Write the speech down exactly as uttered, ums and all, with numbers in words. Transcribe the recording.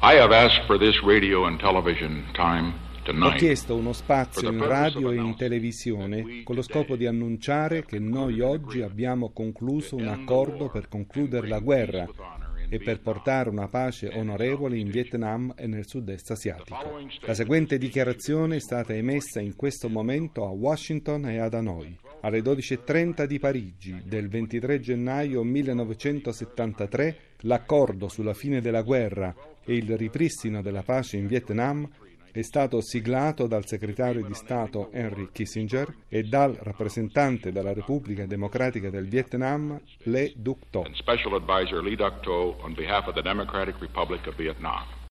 I have asked for this radio and television time Ho chiesto uno spazio in radio e in televisione con lo scopo di annunciare che noi oggi abbiamo concluso un accordo per concludere la guerra e per portare una pace onorevole in Vietnam e nel sud-est asiatico. La seguente dichiarazione è stata emessa in questo momento a Washington e ad Hanoi. Alle dodici e trenta di Parigi del ventitré gennaio millenovecentosettantatré l'accordo sulla fine della guerra e il ripristino della pace in Vietnam è stato siglato dal segretario di Stato Henry Kissinger e dal rappresentante della Repubblica Democratica del Vietnam, Le Duc Tho. And Special Advisor Le Duc Tho on behalf of the Democratic Republic of Vietnam.